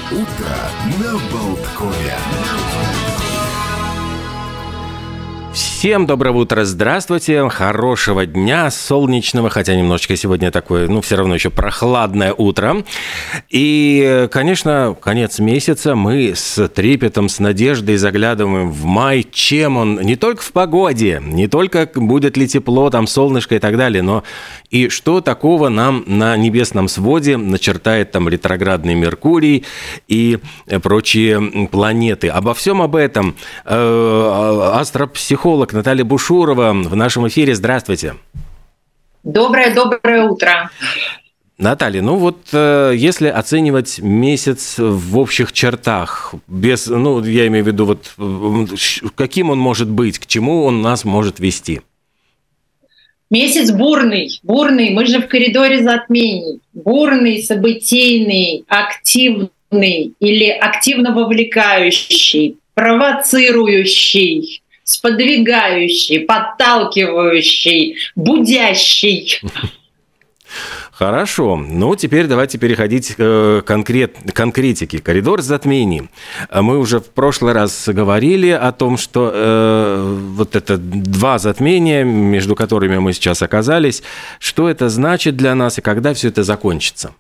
Утро на Болткове. Всем доброго утра, здравствуйте, хорошего дня, солнечного, хотя немножечко сегодня такое, все равно еще прохладное утро. И, конечно, конец месяца, мы с трепетом, с надеждой заглядываем в май. Чем он? Не только в погоде, не только будет ли тепло, там солнышко и так далее, но и что такого нам на небесном своде начертает там ретроградный Меркурий и прочие планеты. Обо всем об этом астропсихолог Наталья Бушурова в нашем эфире. Здравствуйте. Доброе утро. Наталья, если оценивать месяц в общих чертах, без, я имею в виду, каким он может быть, к чему он нас может вести? Месяц бурный, мы же в коридоре затмений. Бурный, событийный, активный или активно вовлекающий, провоцирующий, сподвигающий, подталкивающий, будящий. Хорошо. Теперь давайте переходить к конкретике. Коридор затмений. Мы уже в прошлый раз говорили о том, что это два затмения, между которыми мы сейчас оказались. Что это значит для нас и когда все это закончится?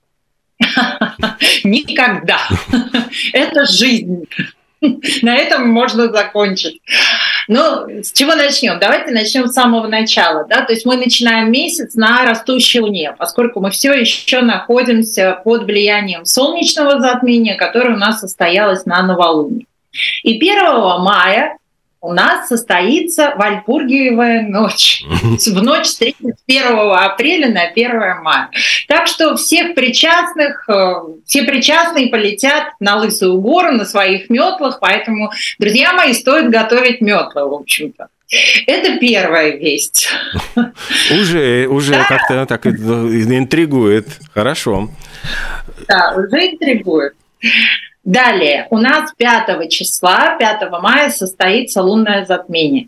Никогда. Это жизнь. На этом можно закончить. С чего начнем? Давайте начнем с самого начала. Да? То есть мы начинаем месяц на растущей Луне, поскольку мы все еще находимся под влиянием солнечного затмения, которое у нас состоялось на новолунии. И 1 мая у нас состоится Вальпургиевая ночь. В ночь с 31 апреля на 1 мая. Так что все причастные полетят на Лысую гору на своих метлах, поэтому, друзья мои, стоит готовить метлы, в общем-то. Это первая весть. Уже да. Как-то так интригует. Хорошо. Да, уже интригует. Далее, у нас 5 мая состоится лунное затмение.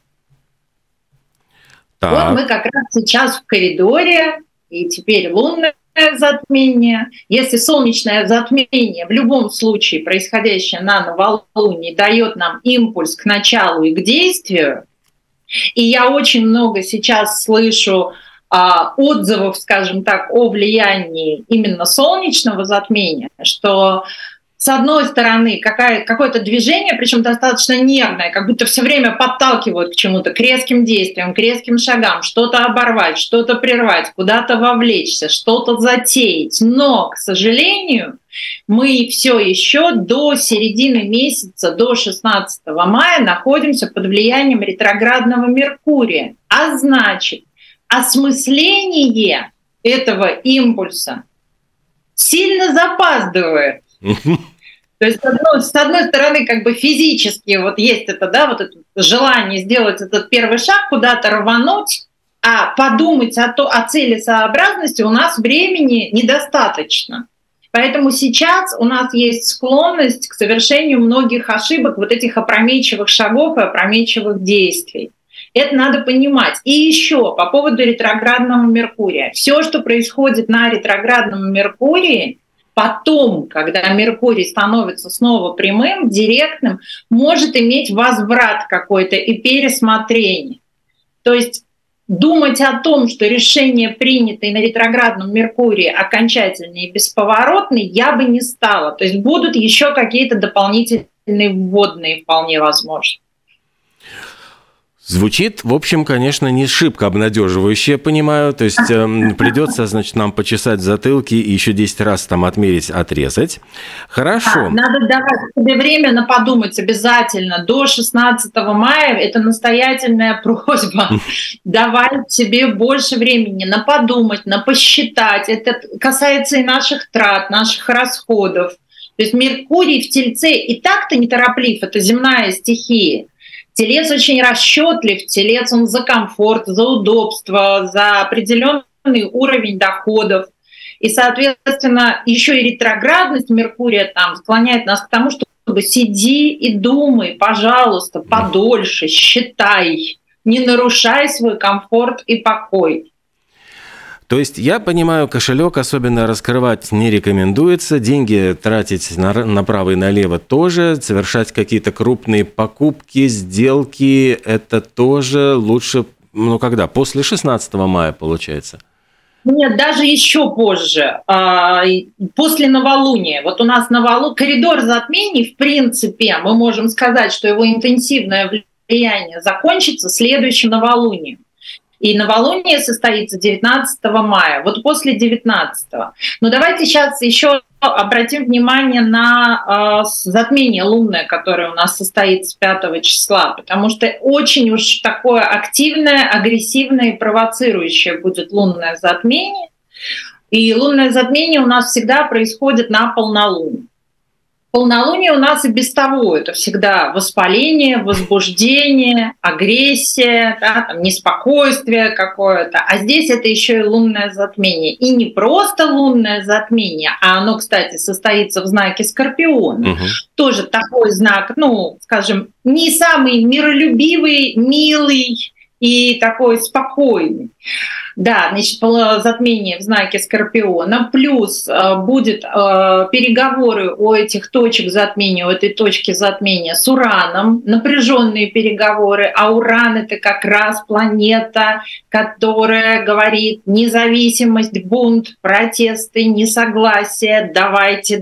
Так. Вот мы как раз сейчас в коридоре, и теперь лунное затмение. Если солнечное затмение в любом случае, происходящее на новолунии, дает нам импульс к началу и к действию, и я очень много сейчас слышу отзывов, скажем так, о влиянии именно солнечного затмения, что с одной стороны, какое-то движение, причем достаточно нервное, как будто все время подталкивают к чему-то, к резким действиям, к резким шагам, что-то оборвать, что-то прервать, куда-то вовлечься, что-то затеять. Но, к сожалению, мы все еще до середины месяца, до 16 мая находимся под влиянием ретроградного Меркурия. А значит, осмысление этого импульса сильно запаздывает. То есть, с одной стороны, как бы физически есть это желание сделать этот первый шаг, куда-то рвануть, а подумать о целесообразности у нас времени недостаточно. Поэтому сейчас у нас есть склонность к совершению многих ошибок, этих опрометчивых шагов и опрометчивых действий. Это надо понимать. И еще по поводу ретроградного Меркурия. Все, что происходит на ретроградном Меркурии, потом, когда Меркурий становится снова прямым, директным, может иметь возврат какой-то и пересмотрение. То есть думать о том, что решение, принятое на ретроградном Меркурии, окончательное и бесповоротное, я бы не стала. То есть будут еще какие-то дополнительные вводные, вполне возможно. Звучит, в общем, конечно, не шибко обнадеживающе, я понимаю. То есть придется, нам почесать затылки и еще 10 раз там отмерить, отрезать. Хорошо. Надо давать себе время на подумать обязательно. До 16 мая это настоятельная просьба. Давать себе больше времени на подумать, на посчитать. Это касается и наших трат, наших расходов. То есть Меркурий в Тельце и так-то нетороплив, это земная стихия. Телец очень расчетлив, телец он за комфорт, за удобство, за определенный уровень доходов. И, соответственно, еще и ретроградность Меркурия там склоняет нас к тому, чтобы сиди и думай, пожалуйста, подольше, считай, не нарушай свой комфорт и покой. То есть, я понимаю, кошелек особенно раскрывать не рекомендуется, деньги тратить направо и налево тоже, совершать какие-то крупные покупки, сделки, это тоже лучше, когда? После 16 мая, получается? Нет, даже еще позже, после новолуния. Вот у нас коридор затмений, в принципе, мы можем сказать, что его интенсивное влияние закончится следующим новолунием. И новолуние состоится 19 мая, вот после 19-го. Но давайте сейчас еще обратим внимание на затмение лунное, которое у нас состоится 5 числа, потому что очень уж такое активное, агрессивное и провоцирующее будет лунное затмение. И лунное затмение у нас всегда происходит на полнолуние. Полнолуние у нас и без того это всегда воспаление, возбуждение, агрессия, да, неспокойствие какое-то. А здесь это еще и лунное затмение. И не просто лунное затмение, а оно, кстати, состоится в знаке Скорпиона. Угу. Тоже такой знак, скажем, не самый миролюбивый, милый и такой спокойный. Да, значит, затмение в знаке Скорпиона, плюс будет переговоры у этих точек затмения, у этой точки затмения с Ураном, напряженные переговоры, а Уран — это как раз планета, которая говорит независимость, бунт, протесты, несогласие, давайте.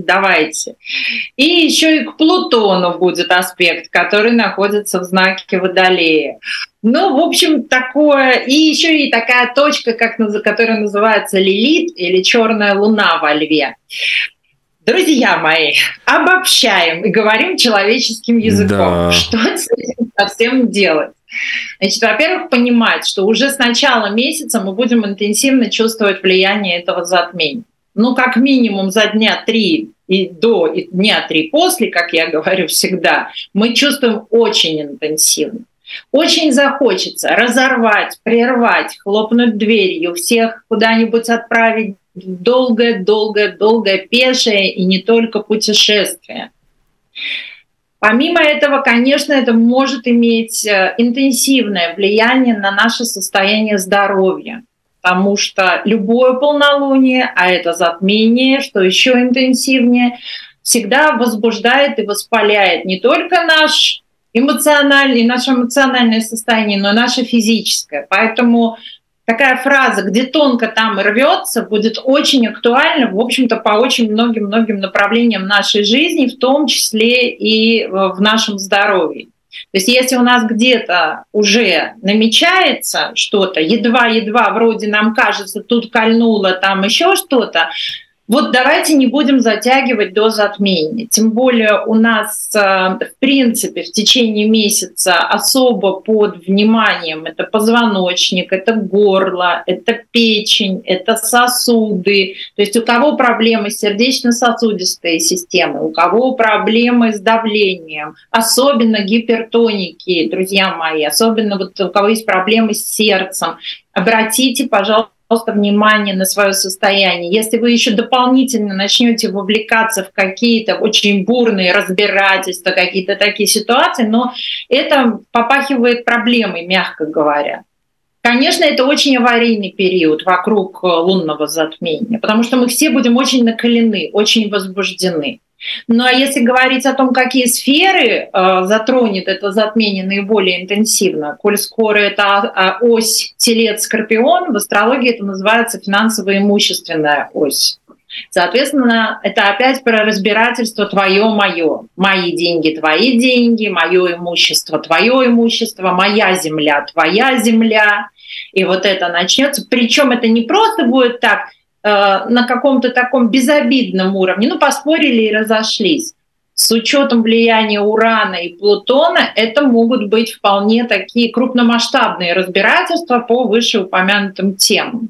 И еще и к Плутону будет аспект, который находится в знаке Водолея. В общем, такое, и еще и такая точка, которая называется Лилит или Черная Луна во Льве. Друзья мои, обобщаем и говорим человеческим языком. Да. Что с этим совсем делать? Значит, во-первых, понимать, что уже с начала месяца мы будем интенсивно чувствовать влияние этого затмения. Как минимум за дня 3 и до, и дня 3 после, как я говорю всегда, мы чувствуем очень интенсивно. Очень захочется разорвать, прервать, хлопнуть дверью, всех куда-нибудь отправить в долгое пешее и не только путешествие. Помимо этого, конечно, это может иметь интенсивное влияние на наше состояние здоровья, потому что любое полнолуние, а это затмение, что еще интенсивнее, всегда возбуждает и воспаляет не только наше эмоциональное состояние, но и наше физическое. Поэтому такая фраза «где тонко, там и рвется» будет очень актуальна, в общем-то, по очень многим направлениям нашей жизни, в том числе и в нашем здоровье. То есть если у нас где-то уже намечается что-то, едва вроде нам кажется, тут кольнуло, там еще что-то, вот давайте не будем затягивать до затмения. Тем более у нас, в принципе, в течение месяца особо под вниманием это позвоночник, это горло, это печень, это сосуды. То есть у кого проблемы с сердечно-сосудистой системой, у кого проблемы с давлением, особенно гипертоники, друзья мои, особенно вот у кого есть проблемы с сердцем, обратите, пожалуйста, внимание на свое состояние. Если вы еще дополнительно начнете вовлекаться в какие-то очень бурные разбирательства, какие-то такие ситуации, но это попахивает проблемой, мягко говоря. Конечно, это очень аварийный период вокруг лунного затмения, потому что мы все будем очень накалены, очень возбуждены. Ну а если говорить о том, какие сферы затронет это затмение наиболее интенсивно, коль скоро это ось Телец-Скорпион, в астрологии это называется финансово-имущественная ось. Соответственно, это опять про разбирательство твое-моё. Мои деньги, твои деньги, мое имущество, твое имущество, моя земля, твоя земля. И вот это начнется. Причем это не просто будет так, на каком-то таком безобидном уровне, поспорили и разошлись. С учетом влияния Урана и Плутона это могут быть вполне такие крупномасштабные разбирательства по вышеупомянутым темам.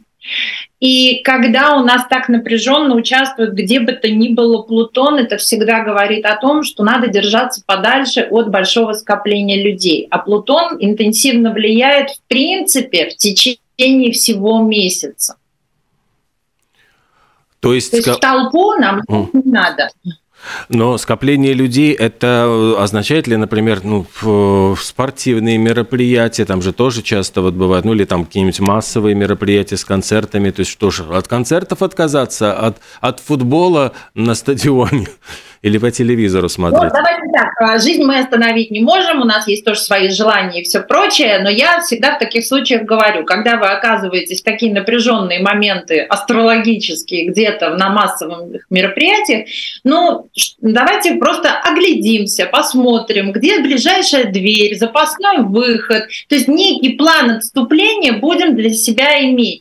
И когда у нас так напряженно участвует где бы то ни было Плутон, это всегда говорит о том, что надо держаться подальше от большого скопления людей. А Плутон интенсивно влияет в принципе в течение всего месяца. То есть в толпу нам не надо. Но скопление людей, это означает ли, например, спортивные мероприятия, там же тоже часто вот бывают, или там какие-нибудь массовые мероприятия с концертами, то есть что же, от концертов отказаться, от футбола на стадионе или по телевизору смотреть? Давайте так, жизнь мы остановить не можем, у нас есть тоже свои желания и все прочее, но я всегда в таких случаях говорю, когда вы оказываетесь в такие напряженные моменты астрологические где-то на массовых мероприятиях, давайте просто оглядимся, посмотрим, где ближайшая дверь, запасной выход, то есть некий план отступления будем для себя иметь.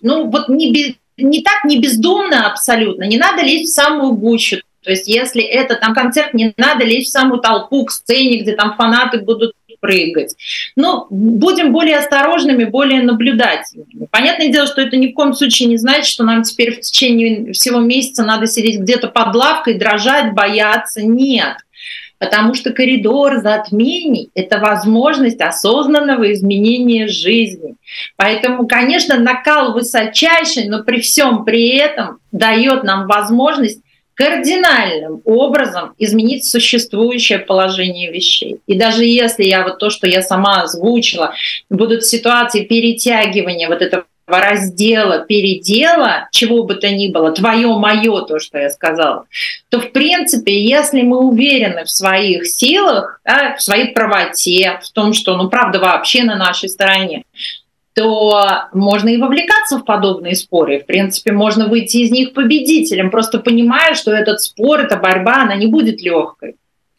Не бездумно абсолютно, не надо лезть в самую гущу. То есть если это там концерт, не надо лезть в самую толпу к сцене, где там фанаты будут прыгать. Будем более осторожными, более наблюдательными. Понятное дело, что это ни в коем случае не значит, что нам теперь в течение всего месяца надо сидеть где-то под лавкой, дрожать, бояться. Нет. Потому что коридор затмений – это возможность осознанного изменения жизни. Поэтому, конечно, накал высочайший, но при всем при этом дает нам возможность кардинальным образом изменить существующее положение вещей. И даже если то, что я сама озвучила, будут ситуации перетягивания этого раздела, передела, чего бы то ни было, твое, мое, то, что я сказала, то, в принципе, если мы уверены в своих силах, в своей правоте, в том, что, правда вообще на нашей стороне, то можно и вовлекаться в подобные споры. В принципе, можно выйти из них победителем, просто понимая, что этот спор, эта борьба, она не будет легкой.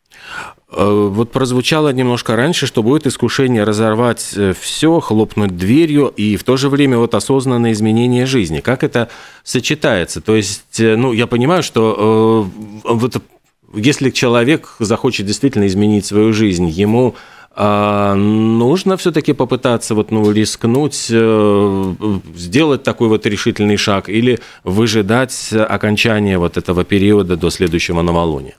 Вот прозвучало немножко раньше, что будет искушение разорвать все, хлопнуть дверью, и в то же время осознанное изменение жизни. Как это сочетается? То есть, я понимаю, что если человек захочет действительно изменить свою жизнь, ему нужно все-таки попытаться рискнуть, сделать такой решительный шаг или выжидать окончания этого периода до следующего новолуния?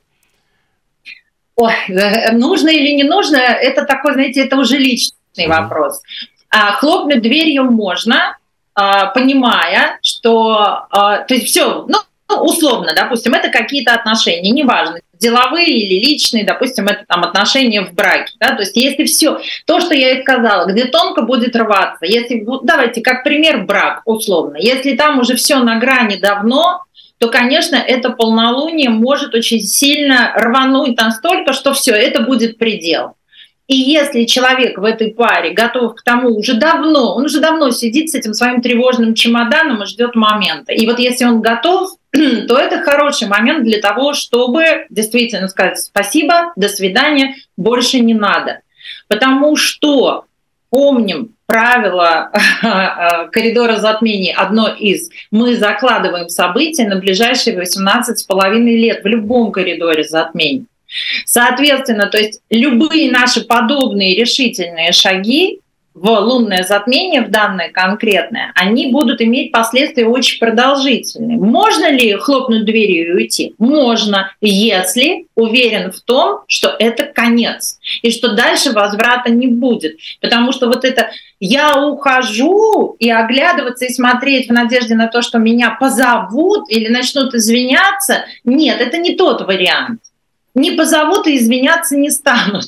Нужно или не нужно, это такой, это уже личный вопрос. Хлопнуть дверью можно, понимая, что, то есть все, условно, допустим, это какие-то отношения, неважно, деловые или личные, допустим, это отношения в браке, то есть если все, то, что я и сказала, где тонко будет рваться, если, давайте, как пример, брак, условно, если там уже все на грани давно, то, конечно, это полнолуние может очень сильно рвануть настолько, что все, это будет предел. И если человек в этой паре готов к тому он уже давно сидит с этим своим тревожным чемоданом и ждет момента. И если он готов, то это хороший момент для того, чтобы действительно сказать спасибо, до свидания, больше не надо. Потому что, помним, правило коридора затмений одно из. Мы закладываем события на ближайшие 18,5 лет в любом коридоре затмений. Соответственно, то есть любые наши подобные решительные шаги в лунное затмение, в данное конкретное, они будут иметь последствия очень продолжительные. Можно ли хлопнуть дверью и уйти? Можно, если уверен в том, что это конец, и что дальше возврата не будет. Потому что это «я ухожу» и оглядываться и смотреть в надежде на то, что меня позовут или начнут извиняться, нет, это не тот вариант. Не позовут и извиняться не станут.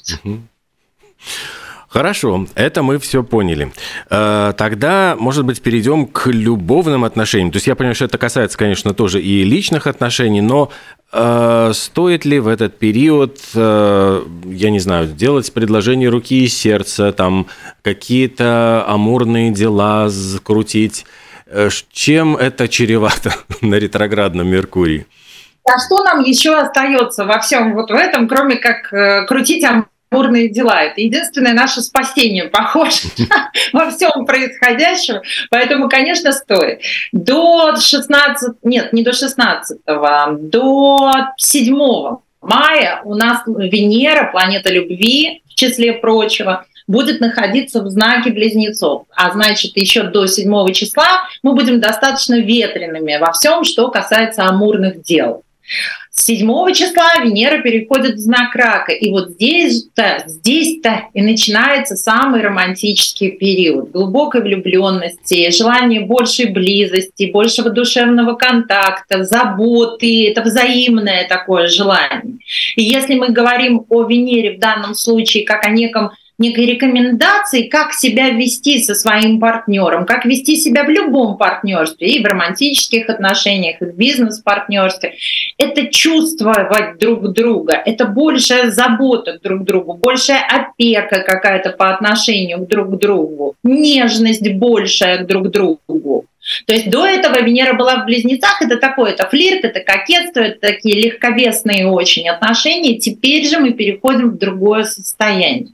Хорошо, это мы все поняли. Тогда, может быть, перейдем к любовным отношениям. То есть я понимаю, что это касается, конечно, тоже и личных отношений, но стоит ли в этот период, я не знаю, делать предложение руки и сердца, там какие-то амурные дела крутить? Чем это чревато на ретроградном Меркурии? А что нам еще остается во всем в этом, кроме как крутить амурные дела? Это единственное наше спасение, похоже, во всем происходящем. Поэтому, конечно, стоит. До 7 мая у нас Венера, планета любви, в числе прочего, будет находиться в знаке Близнецов. А значит, еще до 7 числа мы будем достаточно ветреными во всем, что касается амурных дел. С 7 числа Венера переходит в знак Рака. И вот здесь-то и начинается самый романтический период глубокой влюбленности, желания большей близости, большего душевного контакта, заботы. Это взаимное такое желание. И если мы говорим о Венере в данном случае как о некой рекомендации, как себя вести со своим партнером, как вести себя в любом партнерстве, и в романтических отношениях, и в бизнес-партнерстве. Это чувствовать друг друга, это большая забота друг к другу, большая опека какая-то по отношению друг к другу, нежность большая друг к другу. То есть до этого Венера была в Близнецах, это флирт, это кокетство, это такие легковесные очень отношения. Теперь же мы переходим в другое состояние.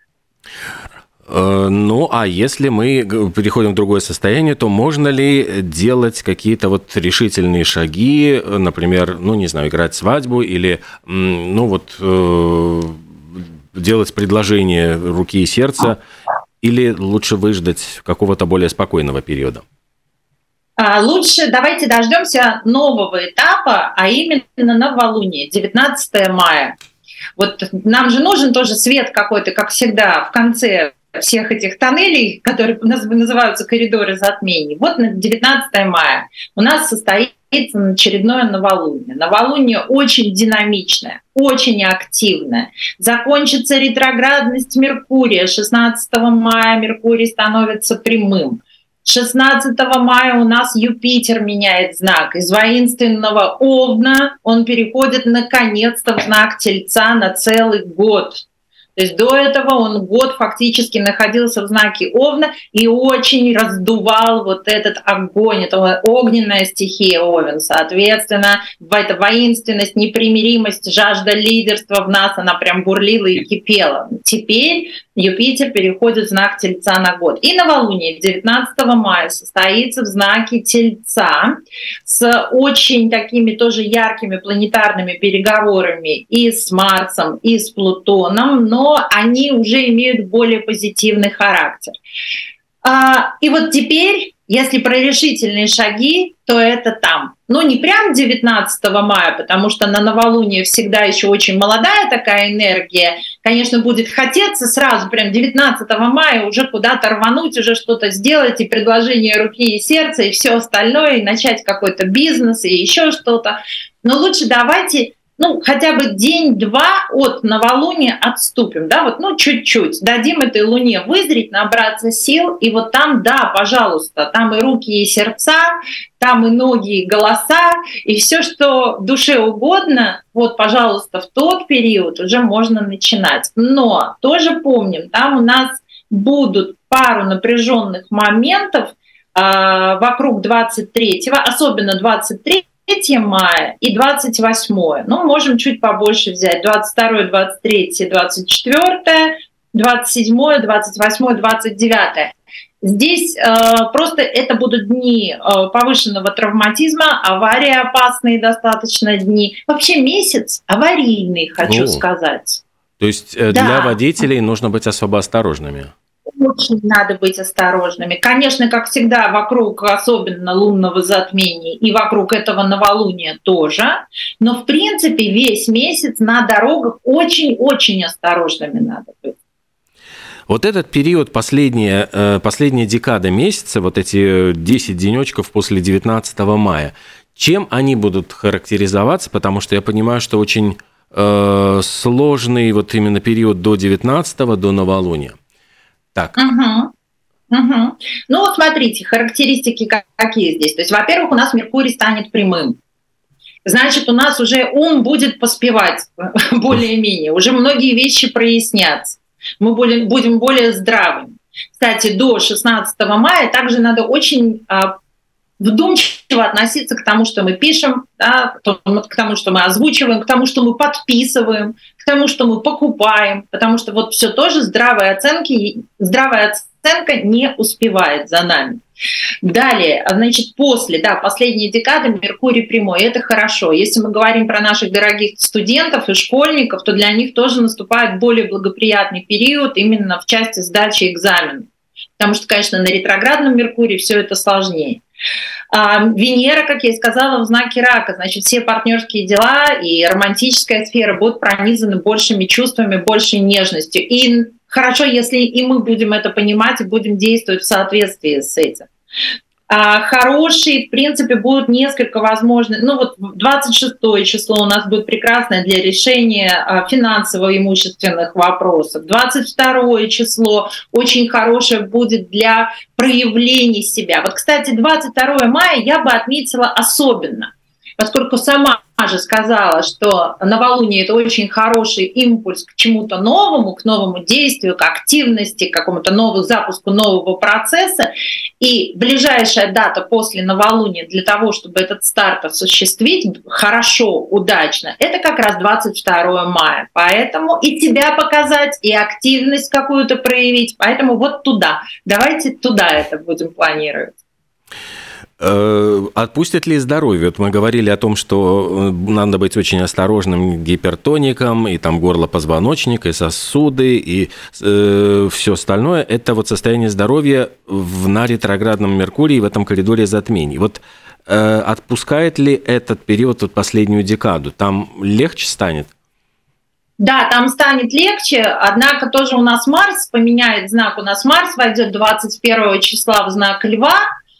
Ну, а если мы переходим в другое состояние, то можно ли делать какие-то вот решительные шаги, например, играть свадьбу или, делать предложение руки и сердца, или лучше выждать какого-то более спокойного периода? Лучше давайте дождемся нового этапа, а именно новолуние, 19 мая. Вот нам же нужен тоже свет какой-то, как всегда, в конце всех этих тоннелей, которые у нас называются коридоры затмений. Вот на 19 мая у нас состоится очередное новолуние. Новолуние очень динамичное, очень активное. Закончится ретроградность Меркурия. 16 мая Меркурий становится прямым. 16 мая у нас Юпитер меняет знак. Из воинственного Овна он переходит наконец-то в знак Тельца на целый год. То есть до этого он год фактически находился в знаке Овна и очень раздувал вот этот огонь. Это огненная стихия Овен. Соответственно, эта воинственность, непримиримость, жажда лидерства в нас, она прям бурлила и кипела. Теперь Юпитер переходит в знак Тельца на год. И новолуние 19 мая состоится в знаке Тельца с очень такими тоже яркими планетарными переговорами и с Марсом, и с Плутоном, но они уже имеют более позитивный характер. И вот теперь, если про решительные шаги, то это там. Не прям 19 мая, потому что на новолуние всегда еще очень молодая такая энергия. Конечно, будет хотеться сразу, прям 19 мая уже куда-то рвануть, уже что-то сделать, и предложение руки и сердца, и все остальное, и начать какой-то бизнес, и еще что-то. Но лучше давайте хотя бы день-два от новолуния отступим, да, чуть-чуть, дадим этой луне вызреть, набраться сил, и вот там, да, пожалуйста, там и руки, и сердца, там и ноги, и голоса, и все, что душе угодно, вот, пожалуйста, в тот период уже можно начинать. Но тоже помним, там у нас будут пару напряженных моментов вокруг 23-го, особенно 23 мая и 28. Можем чуть побольше взять. 22, 23, 24, 27, 28, 29. Здесь просто это будут дни повышенного травматизма, аварии опасные достаточно дни. Вообще месяц аварийный, хочу сказать. То есть для водителей нужно быть особо осторожными. Очень надо быть осторожными. Конечно, как всегда, вокруг особенно лунного затмения и вокруг этого новолуния тоже. Но, в принципе, весь месяц на дорогах очень-очень осторожными надо быть. Вот этот период, последняя декада месяца, вот эти 10 денечков после 19 мая, чем они будут характеризоваться? Потому что я понимаю, что очень сложный вот именно период до 19-го, до новолуния. Так. Смотрите, характеристики какие здесь. То есть, во-первых, у нас Меркурий станет прямым. Значит, у нас уже ум будет поспевать более-менее. Уже многие вещи прояснятся. Мы будем более здравыми. Кстати, до 16 мая также надо очень вдумчиво относиться к тому, что мы пишем, да, к тому, что мы озвучиваем, к тому, что мы подписываем, к тому, что мы покупаем, потому что вот все тоже здравая оценка не успевает за нами. Далее, значит, последней декады Меркурий прямой, это хорошо. Если мы говорим про наших дорогих студентов и школьников, то для них тоже наступает более благоприятный период именно в части сдачи экзаменов. Потому что, конечно, на ретроградном Меркурии все это сложнее. Венера, как я и сказала, в знаке Рака. Значит, все партнерские дела и романтическая сфера будут пронизаны большими чувствами, большей нежностью. И хорошо, если и мы будем это понимать и будем действовать в соответствии с этим. Хорошие, в принципе, будут несколько возможных. 26 число у нас будет прекрасное для решения финансово-имущественных вопросов. 22 число очень хорошее будет для проявления себя. Вот, кстати, 22 мая я бы отметила особенно, поскольку сама же сказала, что новолуние — это очень хороший импульс к чему-то новому, к новому действию, к активности, к какому-то новому запуску нового процесса. И ближайшая дата после новолуния для того, чтобы этот старт осуществить хорошо, удачно, это как раз 22 мая. Поэтому и себя показать, и активность какую-то проявить. Поэтому вот туда. Давайте туда это будем планировать. Отпустят ли здоровье? Вот мы говорили о том, что надо быть очень осторожным гипертоником, и там горло, позвоночник, и сосуды, и все остальное. Это вот состояние здоровья на ретроградном Меркурии в этом коридоре затмений. Вот отпускает ли этот период, вот последнюю декаду? Там легче станет? Да, там станет легче, однако тоже у нас Марс поменяет знак. У нас Марс войдет 21 числа в знак Льва.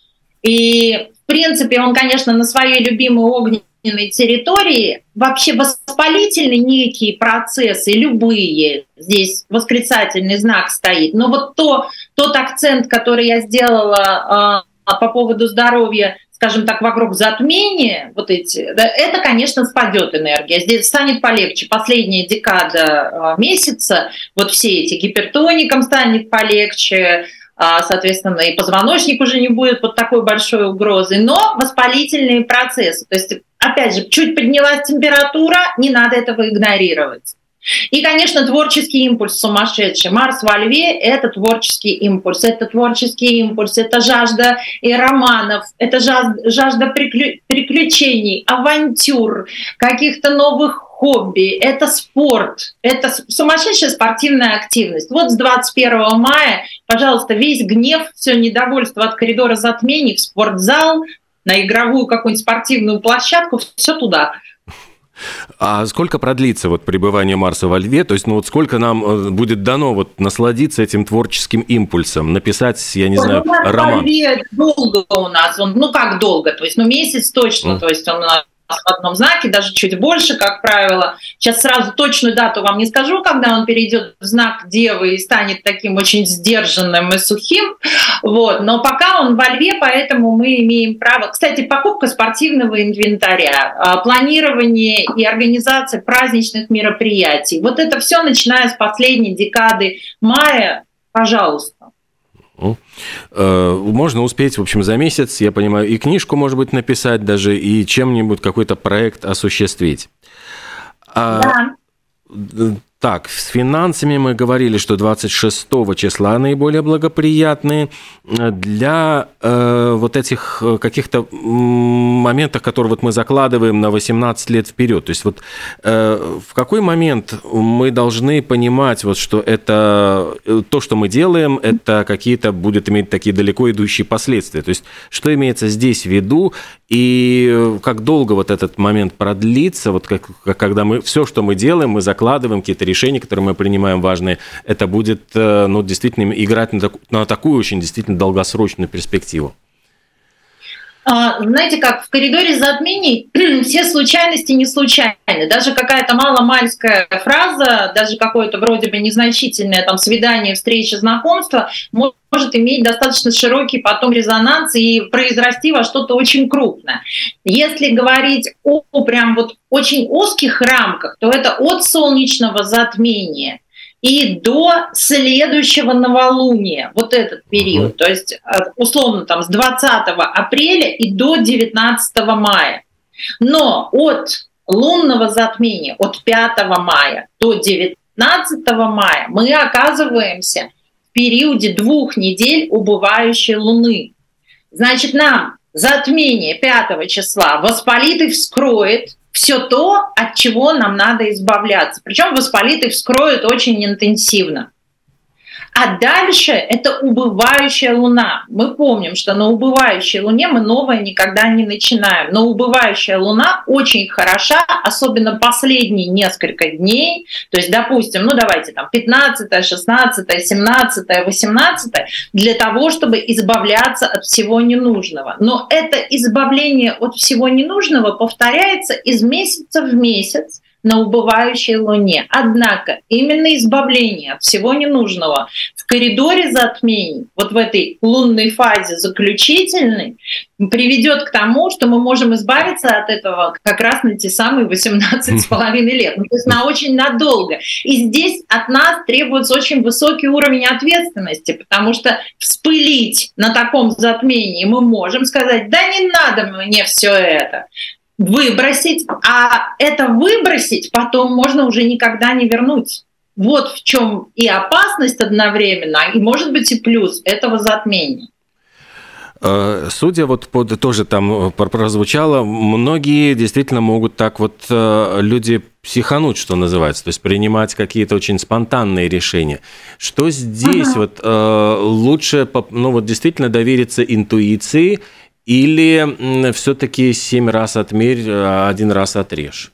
И, в принципе, он, конечно, на своей любимой огненной территории. Вообще воспалительные некие процессы, любые, здесь восклицательный знак стоит. Но вот тот акцент, который я сделала по поводу здоровья, скажем так, вокруг затмения, вот эти, да, это, конечно, спадет энергия. Здесь станет полегче. Последняя декада месяца, вот все эти гипертоникам станет полегче, соответственно, и позвоночник уже не будет под такой большой угрозой, но воспалительные процессы. То есть, опять же, чуть поднялась температура, не надо этого игнорировать. И, конечно, творческий импульс сумасшедший. Марс во Льве — это творческий импульс. Это творческий импульс, это жажда и романов, это жажда приключений, авантюр, каких-то новых хобби, это спорт, это сумасшедшая спортивная активность. Вот с 21 мая, пожалуйста, весь гнев, все недовольство от коридора затмений в спортзал, на игровую какую-нибудь спортивную площадку, все туда. А сколько продлится вот пребывание Марса во Льве? То есть, сколько нам будет дано вот насладиться этим творческим импульсом, написать, я не знаю, роман? Во Льве долго у нас, как долго, то есть, месяц точно, то есть он у нас в одном знаке, даже чуть больше, как правило. Сейчас сразу точную дату вам не скажу, когда он перейдет в знак Девы и станет таким очень сдержанным и сухим. Вот. Но пока он во Льве, поэтому мы имеем право. Кстати, покупка спортивного инвентаря, планирование и организация праздничных мероприятий. Вот это все, начиная с последней декады мая, пожалуйста. Можно успеть, в общем, за месяц, я понимаю, и книжку, может быть, написать даже, и чем-нибудь какой-то проект осуществить. Да. Так, с финансами мы говорили, что 26 числа наиболее благоприятные для вот этих каких-то моментов, которые вот мы закладываем на 18 лет вперед. То есть вот в какой момент мы должны понимать, вот, что это то, что мы делаем, это какие-то будет иметь такие далеко идущие последствия. То есть что имеется здесь в виду и как долго вот этот момент продлится, вот когда мы все, что мы делаем, мы закладываем какие-то решения, которые мы принимаем важные, это будет действительно играть на такую очень действительно долгосрочную перспективу. Знаете как, в коридоре затмений все случайности не случайны. Даже какая-то маломальская фраза, даже какое-то вроде бы незначительное там свидание, встреча, знакомство может иметь достаточно широкий потом резонанс и произрасти во что-то очень крупное. Если говорить о прям вот очень узких рамках, то это от солнечного затмения и до следующего новолуния, вот этот период, то есть условно там с 20 апреля и до 19 мая. Но от лунного затмения, от 5 мая до 19 мая мы оказываемся в периоде 2 недель убывающей Луны. Значит, нам затмение 5 числа воспалит и вскроет все то, от чего нам надо избавляться. Причем воспалит и вскроет очень интенсивно. А дальше это убывающая Луна. Мы помним, что на убывающей Луне мы новое никогда не начинаем. Но убывающая Луна очень хороша, особенно последние несколько дней. То есть, допустим, давайте там 15, 16, 17, 18, для того, чтобы избавляться от всего ненужного. Но это избавление от всего ненужного повторяется из месяца в месяц на убывающей Луне. Однако именно избавление от всего ненужного в коридоре затмений, вот в этой лунной фазе заключительной, приведет к тому, что мы можем избавиться от этого как раз на те самые 18,5 лет. То есть очень надолго. И здесь от нас требуется очень высокий уровень ответственности, потому что вспылить на таком затмении мы можем сказать: да не надо мне все это. Выбросить, а это выбросить потом можно уже никогда не вернуть. Вот в чем и опасность одновременно, и, может быть, и плюс этого затмения. Судя тоже там прозвучало, многие действительно могут так люди психануть, что называется, то есть принимать какие-то очень спонтанные решения. Что здесь лучше, действительно довериться интуиции, или все-таки 7 раз отмерь, 1 раз отрежь?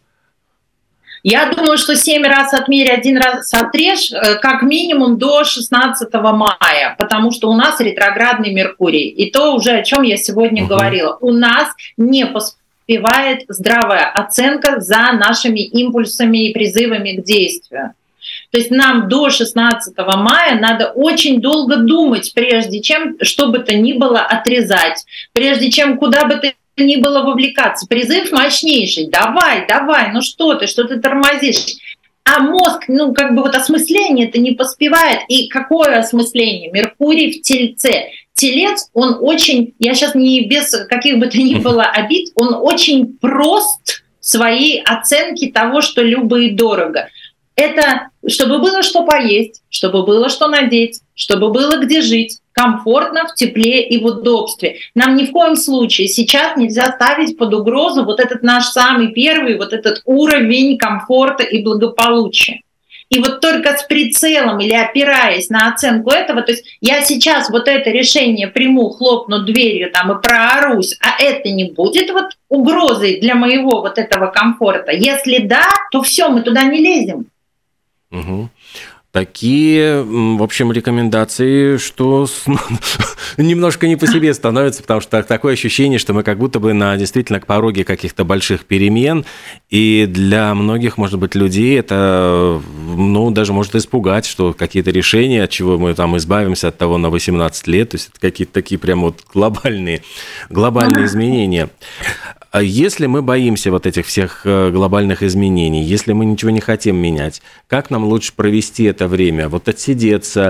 Я думаю, что 7 раз отмерь, 1 раз отрежь, как минимум до 16 мая, потому что у нас ретроградный Меркурий. И то уже, о чем я сегодня говорила. У нас не поспевает здравая оценка за нашими импульсами и призывами к действию. То есть нам до 16 мая надо очень долго думать, прежде чем что бы то ни было отрезать, прежде чем куда бы то ни было вовлекаться. Призыв мощнейший. Давай, что ты тормозишь? А мозг, осмысление-то не поспевает. И какое осмысление? Меркурий в Тельце. Телец, он очень, я сейчас не без каких бы то ни было обид, он очень прост в своей оценке того, что любо и дорого. Это чтобы было что поесть, чтобы было что надеть, чтобы было где жить, комфортно, в тепле и в удобстве. Нам ни в коем случае сейчас нельзя ставить под угрозу этот наш самый первый, этот уровень комфорта и благополучия. И только с прицелом или опираясь на оценку этого, то есть я сейчас это решение приму, хлопну дверью и проорусь, а это не будет угрозой для моего этого комфорта. Если да, то все, мы туда не лезем. Угу. Такие, в общем, рекомендации, что немножко не по себе становится, потому что такое ощущение, что мы как будто бы действительно к пороге каких-то больших перемен, и для многих, может быть, людей это, даже может испугать, что какие-то решения, от чего мы избавимся от того на 18 лет, то есть это какие-то такие прям глобальные изменения. Если мы боимся этих всех глобальных изменений, если мы ничего не хотим менять, как нам лучше провести это время? Отсидеться,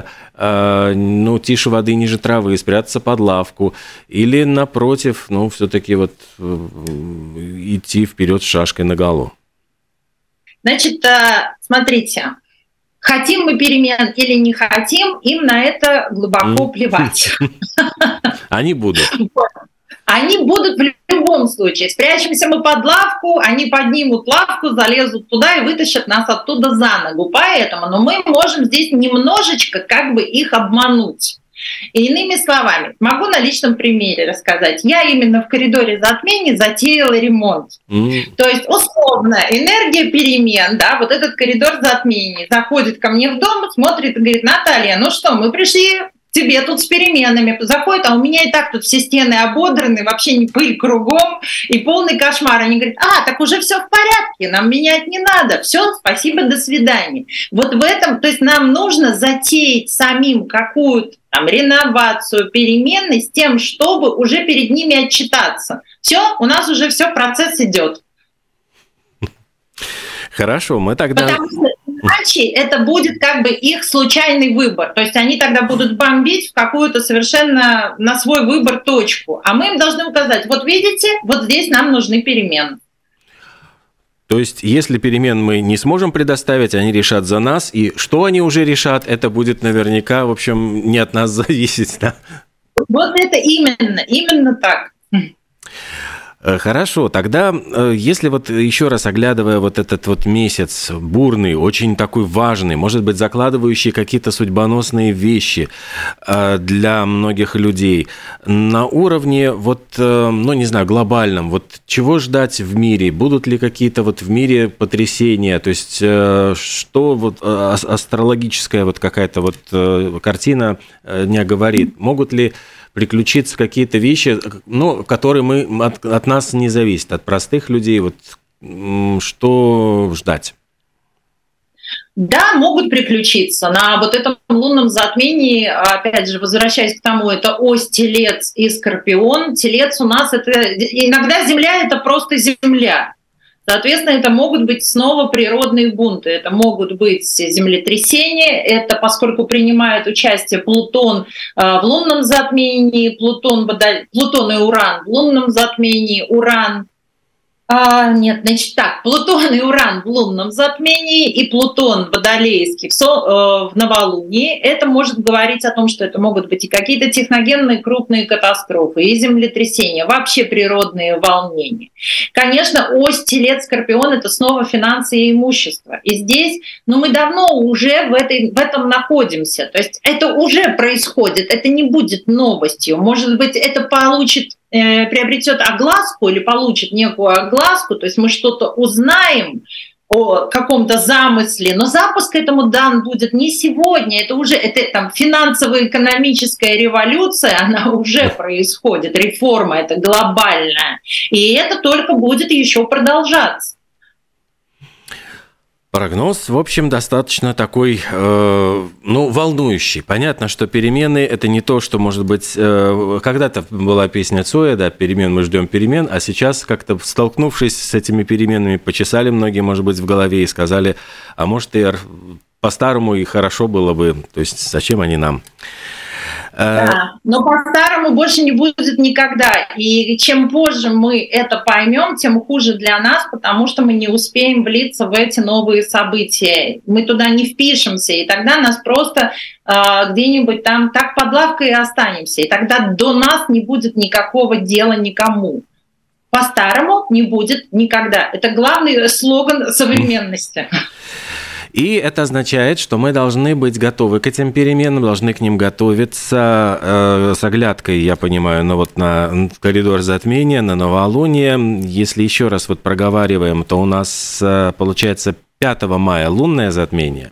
тише воды ниже травы, спрятаться под лавку, или, напротив, все-таки идти вперед с шашкой наголо? Значит, смотрите, хотим мы перемен или не хотим, им на это глубоко плевать. Они будут. Они будут в любом случае. Спрячемся мы под лавку, они поднимут лавку, залезут туда и вытащат нас оттуда за ногу. Поэтому мы можем здесь немножечко их обмануть. И иными словами, могу на личном примере рассказать. Я именно в коридоре затмений затеяла ремонт. То есть, условно, энергия перемен, этот коридор затмений заходит ко мне в дом, смотрит и говорит: Наталья, мы пришли тебе тут с переменами, заходит, а у меня и так тут все стены ободраны, вообще не пыль кругом и полный кошмар. Они говорят: так уже все в порядке, нам менять не надо, все, спасибо, до свидания. В этом, то есть нам нужно затеять самим какую-то реновацию, перемены с тем, чтобы уже перед ними отчитаться. Все, у нас уже все, процесс идет. Хорошо, мы тогда... Потому что иначе это будет их случайный выбор. То есть они тогда будут бомбить в какую-то совершенно на свой выбор точку. А мы им должны указать: видите, здесь нам нужны перемены. То есть, если перемен мы не сможем предоставить, они решат за нас. И что они уже решат, это будет наверняка, в общем, не от нас зависеть. Да? Это именно так. Хорошо, тогда, если вот еще раз оглядывая вот этот вот месяц бурный, очень такой важный, может быть, закладывающий какие-то судьбоносные вещи для многих людей, на уровне вот, ну, не знаю, глобальном, вот чего ждать в мире? Будут ли какие-то вот в мире потрясения? То есть, что вот астрологическая вот какая-то вот картина не говорит? Могут ли приключиться какие-то вещи, ну, которые от нас не зависят, от простых людей. Вот что ждать? Да, могут приключиться. На вот этом лунном затмении, опять же, возвращаясь к тому, это ось Телец и Скорпион. Телец у нас это... Иногда Земля — это просто Земля. Соответственно, это могут быть снова природные бунты, это могут быть землетрясения, это поскольку принимает участие Плутон в лунном затмении, Плутон и Уран в лунном затмении, Плутон и Уран в лунном затмении и Плутон водолейский в новолунии. Это может говорить о том, что это могут быть и какие-то техногенные крупные катастрофы, и землетрясения, вообще природные волнения. Конечно, ось Телец-Скорпион — это снова финансы и имущество. И здесь, мы давно уже в этом находимся. То есть это уже происходит, это не будет новостью. Может быть, это приобретет огласку или получит некую огласку, то есть мы что-то узнаем о каком-то замысле, но запуск этому дан будет не сегодня, это там финансово-экономическая революция, она уже происходит, реформа это глобальная, и это только будет еще продолжаться. Прогноз, в общем, достаточно такой, волнующий. Понятно, что перемены – это не то, что, может быть, когда-то была песня Цоя, да, перемен, мы ждем перемен, а сейчас как-то, столкнувшись с этими переменами, почесали многие, может быть, в голове и сказали, а может, и по-старому и хорошо было бы, то есть зачем они нам? Да, но по-старому больше не будет никогда. И чем позже мы это поймем, тем хуже для нас, потому что мы не успеем влиться в эти новые события. Мы туда не впишемся, и тогда нас просто где-нибудь там так под лавкой и останемся. И тогда до нас не будет никакого дела никому. По-старому не будет никогда. Это главный слоган современности. И это означает, что мы должны быть готовы к этим переменам, должны к ним готовиться с оглядкой, я понимаю, на коридор затмения, на новолуние. Если еще раз проговариваем, то у нас получается 5 мая лунное затмение.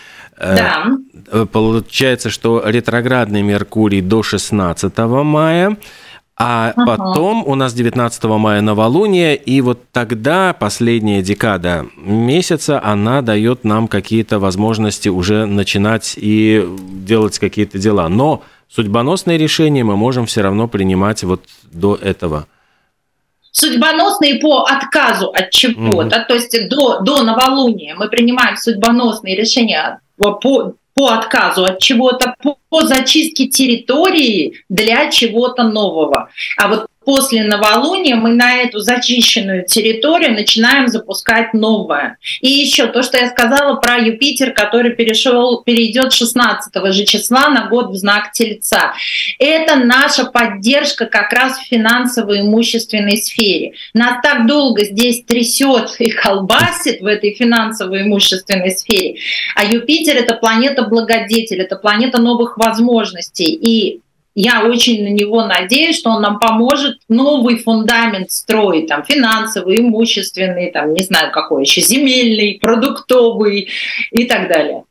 Да. Получается, что ретроградный Меркурий до 16 мая. А потом у нас 19 мая новолуние, и вот тогда последняя декада месяца, она дает нам какие-то возможности уже начинать и делать какие-то дела. Но судьбоносные решения мы можем все равно принимать вот до этого. Судьбоносные по отказу от чего-то, то есть до новолуния мы принимаем судьбоносные решения по отказу от чего-то, по зачистке территории для чего-то нового. А вот после новолуния мы на эту зачищенную территорию начинаем запускать новое. И еще то, что я сказала про Юпитер, который перейдет 16 же числа на год в знак Тельца. Это наша поддержка как раз в финансово-имущественной сфере. Нас так долго здесь трясет и колбасит в этой финансово-имущественной сфере. А Юпитер — это планета-благодетель, это планета новых возможностей. И я очень на него надеюсь, что он нам поможет новый фундамент строить, там, финансовый, имущественный, там, не знаю, какой еще, земельный, продуктовый и так далее.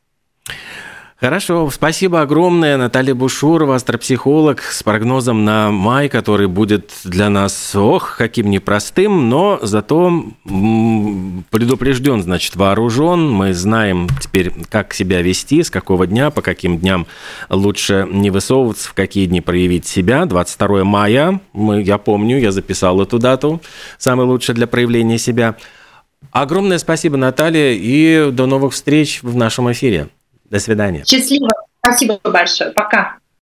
Хорошо, спасибо огромное. Наталья Бушурова, астропсихолог, с прогнозом на май, который будет для нас, каким непростым, но зато предупрежден, значит, вооружен. Мы знаем теперь, как себя вести, с какого дня, по каким дням лучше не высовываться, в какие дни проявить себя. 22 мая, я помню, я записал эту дату, самый лучший для проявления себя. Огромное спасибо, Наталья, и до новых встреч в нашем эфире. До свидания. Счастливо. Спасибо большое. Пока.